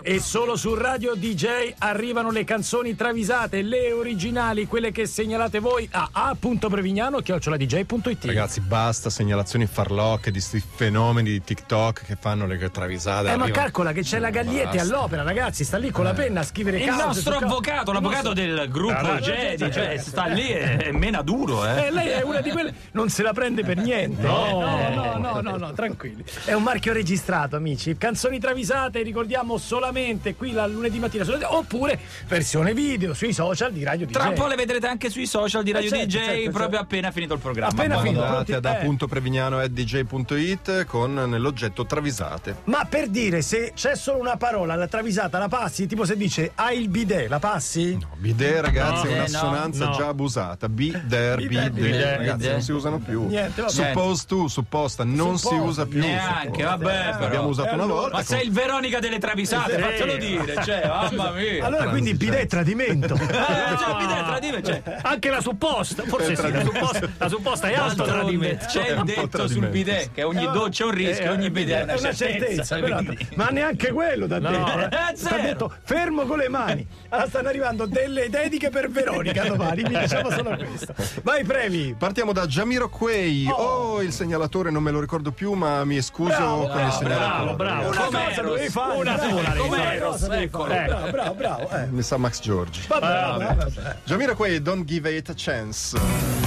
E solo su Radio DJ arrivano le canzoni travisate, le originali, quelle che segnalate voi a a.prevignano@dj.it. Ragazzi, basta segnalazioni farlocche di sti fenomeni di TikTok che fanno le travisate. Ma calcola che c'è la Gaglietti all'opera, ragazzi, sta lì con la penna a scrivere il cause. nostro avvocato, l'avvocato del gruppo Jedi, cioè sta lì e mena duro, lei è una di quelle, non se la prende per niente. No, tranquilli. È un marchio registrato, amici. Canzoni travisate, ricordiamo, solamente qui la lunedì mattina, oppure versione video sui social di Radio DJ. Tra un po' le vedrete anche sui social di Radio DJ, proprio appena finito il programma. Appena finito. Andate ad a.prevignano@dj.it con nell'oggetto travisate. Ma per dire, se c'è solo una parola, la travisata la passi? Tipo se dice hai il bidet, la passi? No, bidet, ragazzi, è un'assonanza già abusata. Bidet, ragazzi, non si usano più. Niente, Suppose to, supposta, non si usa più. Neanche, vabbè, però. L'abbiamo usato una volta. Ma sei il Veronica delle travisate, faccelo dire, cioè, mamma mia. Allora quindi bidet è tradimento. Bidet è tradimento, cioè. Anche la supposta, forse sì, la supposta è alto tradimento. C'è il detto sul bidet che ogni doccia è un rischio, ogni bidet è una certezza. Ma neanche quello t'ha detto. T'ha detto fermo con le mani. Allora stanno arrivando delle dediche per Veronica domani, mi diciamo solo questo. Vai Previ. Partiamo da Jamiroquai. Il segnalatore non me lo ricordo più, ma mi scuso con il segnalatore. Bravo. Una sola. Bravo. Mi sa Max Giorgi. Jamiroquai, Don't Give It a Chance.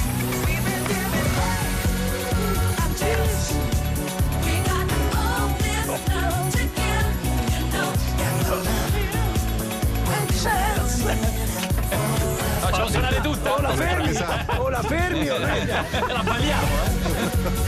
Facciamo suonare tutta. O la fermi o la balliamo,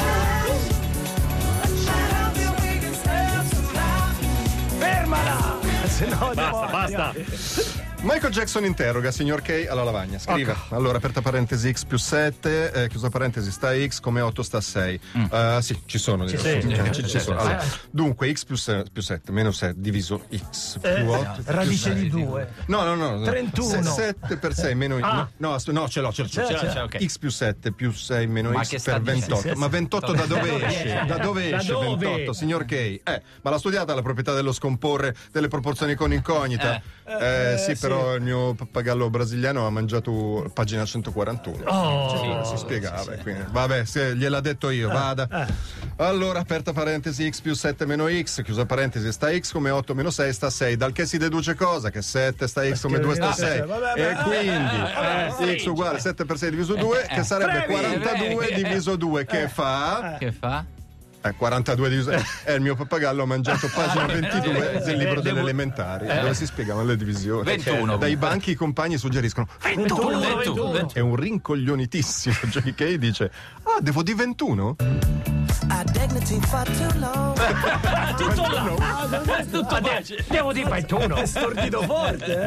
Fermala! Se no, basta. Michael Jackson interroga signor K alla lavagna. Scrive. Allora, aperta parentesi X più 7, chiusa parentesi sta X, come 8 sta 6. Sì, ci sono. Ci sono. Allora, dunque, X più 7 meno 6 diviso X più 8. Radice di 2. No. 31. 7 per 6 meno No, ce l'ho. Okay. X più 7 più 6 meno Ma X per 28. Ma 28 da dove esce? Da dove esce 28, signor K? Ma l'ha studiata la proprietà dello scomporre delle proporzioni con incognita? Sì, però il mio pappagallo brasiliano ha mangiato pagina 141. Si spiegava. Quindi, vabbè, se gliel'ha detto io, vada. Allora, aperta parentesi X più 7 meno X, chiusa parentesi sta X, come 8 meno 6 sta 6. Dal che si deduce cosa? Che 7 sta X, come 2 sta 6. E quindi X uguale 7 per 6 diviso 2, che sarebbe 42 diviso 2, che fa? 42 diviso. Il mio pappagallo ha mangiato pagina 22 del libro delle elementari, dove si spiegano le divisioni. 21. Dai banchi i compagni suggeriscono 21. È un rincoglionitissimo JK, dice: devo di 21? Tutto devo dire 21. È stordito forte,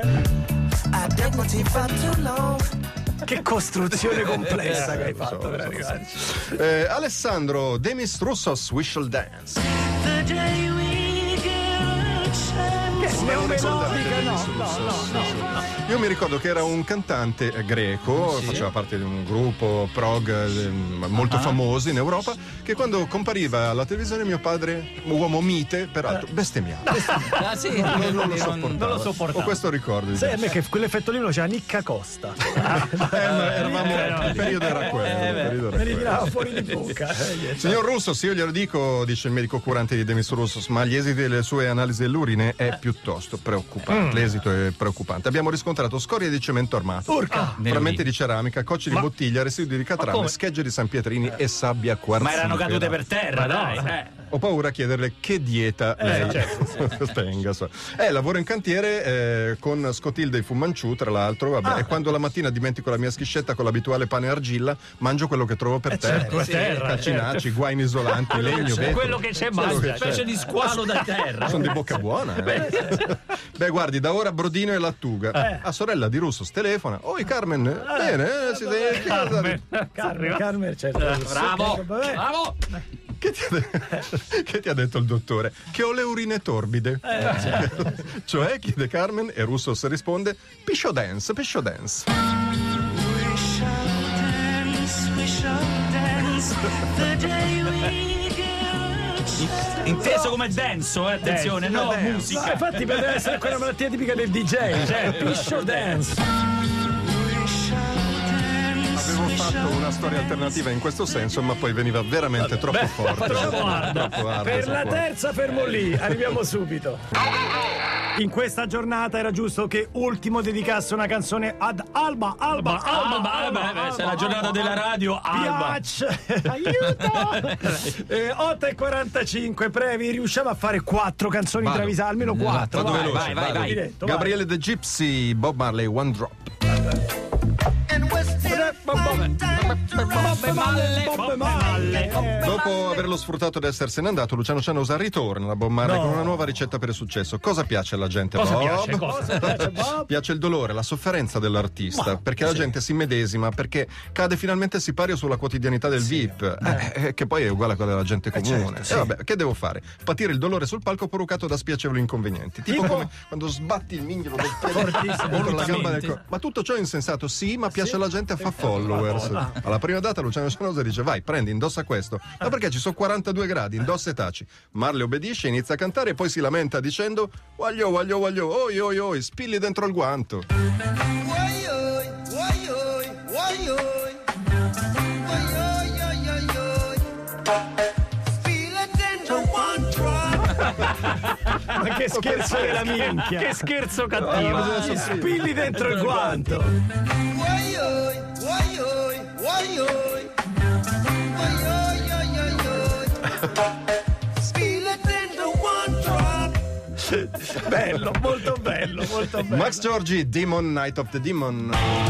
Che costruzione complessa che hai fatto per arrivarci. Alessandro Demis Roussos, We Shall Dance. Io mi ricordo che era un cantante greco, faceva parte di un gruppo prog molto famoso in Europa, che quando compariva alla televisione mio padre, uomo mite, peraltro, bestemmiava. Non lo sopportavo. Ho questo ricordo. Sai, a me che quell'effetto lì lo c'era Nicca Costa. Il periodo era quello. Me li tirava fuori di bocca. Signor Roussos, io glielo dico, dice il medico curante di Demis Roussos, ma gli esiti delle sue analisi dell'urine è piuttosto preoccupante. L'esito è preoccupante. Abbiamo riscontrato scorie di cemento armato, frammenti di ceramica, cocci di bottiglia, residui di catrame, schegge di San Pietrini e sabbia quarzifera. Ma erano cadute per terra, dai. Ho paura a chiederle che dieta lei tenga. Lavoro in cantiere con Scotilde e Fumanchu, tra l'altro, e quando la mattina dimentico la mia schiscetta con l'abituale pane e argilla, mangio quello che trovo per terra. Calcinacci, guaini isolanti, legno, vetro. Quello che c'è, ma una specie di squalo da terra. Sono di bocca buona. Beh, guardi, da ora brodino e lattuga. A sorella di Russo telefona. Oi Carmen, bene, Carmen, certo. Bravo. Che ti ha detto il dottore? Che ho le urine torbide. Cioè, chiede Carmen e Russos risponde: piscio dance. We shall dance the day we get a chance. Inteso come denso, attenzione, no musica. No, infatti potrebbe essere quella malattia tipica del DJ, cioè piscio dance. Avevo fatto una storia alternativa in questo senso, ma poi veniva veramente troppo forte. Troppo hard. Per la terza fermo lì, arriviamo subito. In questa giornata era giusto che Ultimo dedicasse una canzone ad Alba. Se è la giornata della radio, Alba. Aiuto! 8:45, Previ, riusciamo a fare 4 canzoni travisate, almeno 4. Vado veloce, vai. Diretto, Gabriele The Gypsy, Bob Marley, One Drop. Dopo averlo sfruttato ed essersene andato, Luciano Cianosa ritorna a Bob Marley con una nuova ricetta per il successo. Cosa piace alla gente, Cosa Bob? piace, Bob? Piace il dolore, la sofferenza dell'artista, perché la gente si medesima, perché cade finalmente il sipario sulla quotidianità del VIP, che poi è uguale a quella della gente comune. Vabbè, che devo fare? Patire il dolore sul palco provocato da spiacevoli inconvenienti. Tipo come quando sbatti il mignolo del piede contro la gamba del corpo. Ma tutto ciò è insensato, sì, ma piace alla gente e fa followers. Alla prima data Luciano Cianosa dice: vai, prendi, indossa questo. Ma perché ci sono 42 gradi, indossa e taci. Marley obbedisce, inizia a cantare e poi si lamenta dicendo: waglio, oi, spilli dentro il guanto. Ma che scherzo della minchia! Che scherzo cattivo! Spilli dentro il guanto! Bello, molto bello. Max Giorgi, Demon, Night of the Demon.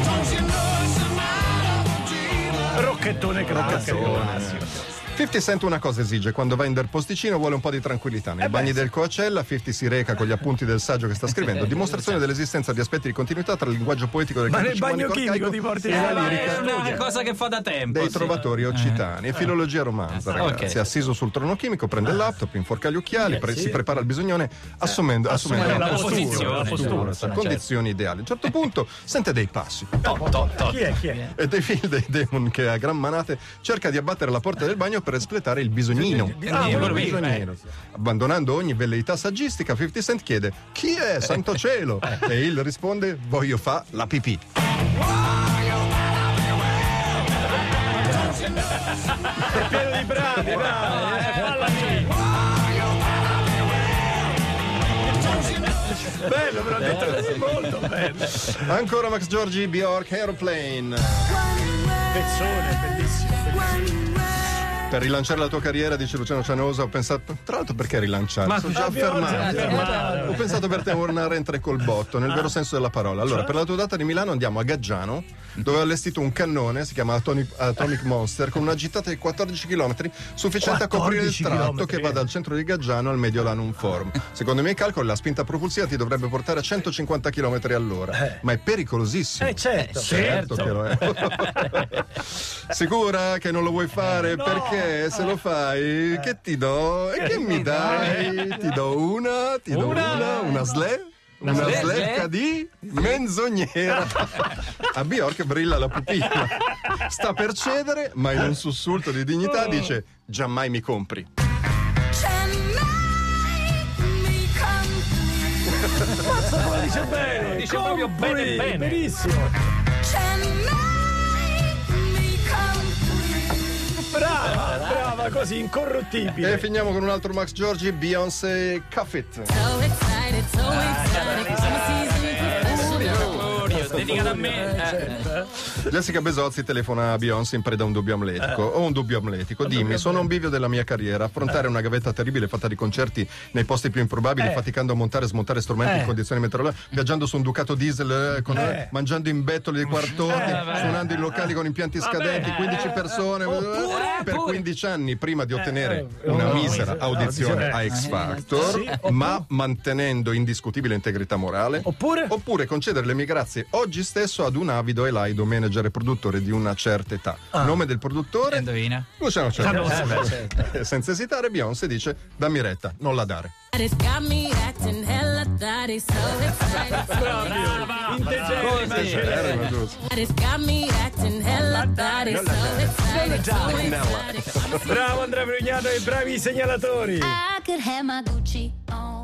Rocchettone classico. 50 Cent una cosa esige: quando va in del posticino vuole un po' di tranquillità. Nei bagni del Coachella 50 si reca con gli appunti del saggio che sta scrivendo, dimostrazione dell'esistenza di aspetti di continuità tra il linguaggio poetico del ma nel canto bagno chimico ti porti e la lirica È una cosa che fa da tempo. dei trovatori occitani. E filologia romanza, ragazzi. Ok. Assiso sul trono chimico, prende il laptop, inforca gli occhiali, si prepara al bisognone assumendo la postura, postura, condizioni ideali. A un certo punto sente dei passi. Chi è? E dei figli dei demon che a gran manate cerca di abbattere la porta del bagno per espletare il bisognino. Abbandonando ogni velleità saggistica, 50 Cent chiede: chi è, santo cielo? E il risponde: voglio fa la pipì. È pieno di bravi. Bello, però detto così, molto bello. Ancora Max Giorgi, Bjork, Aeroplane. Pezzone, bellissimo. Per rilanciare la tua carriera, dice Luciano Cianosa, ho pensato, tra l'altro, perché rilanciare? Ma sono già fermato. Ho pensato per tornare entrare col botto, nel vero senso della parola. Allora, per la tua data di Milano andiamo a Gaggiano, dove ho allestito un cannone, si chiama Atomic Monster, con una gittata di 14 km, sufficiente a coprire il tratto che va dal centro di Gaggiano al Mediolanum Forum. Secondo i miei calcoli, la spinta propulsiva ti dovrebbe portare a 150 km all'ora, ma è pericolosissimo. Certo che lo è. Sicura che non lo vuoi fare? Perché se lo fai, che ti do? E che mi dai? Ti do una sled? Una slecca di menzognera. A Bjork brilla la pupilla. Sta per cedere, ma in un sussulto di dignità dice: giammai mi compri. Mazza, lo dice bene. Dice proprio bene. Benissimo. Brava, così incorruttibile. E finiamo con un altro Max Giorgi, Beyoncé, Cuff It. Dedicata a me. Jessica Besozzi telefona a Beyoncé in preda a un dubbio amletico. Ho un dubbio amletico. Dimmi, sono a un bivio della mia carriera. Affrontare una gavetta terribile fatta di concerti nei posti più improbabili, faticando a montare e smontare strumenti in condizioni meteorologiche, viaggiando su un Ducato diesel, mangiando in bettoli di quartoni, suonando in locali con impianti scadenti, 15 persone. Per 15 anni prima di ottenere una misera audizione a X Factor, ma mantenendo indiscutibile integrità morale. Oppure concedere le mie grazie oggi stesso ad un avido e laido manager e produttore di una certa età. Nome del produttore? Indovina. Luciano Cianosa. Senza esitare Beyoncé dice: dammi retta, non la dare. body so excited. Brava, integerrima. It's got me acting hella body so excited. So excited. Bravo Andrea Brugnano e bravi segnalatori. I could have my Gucci on.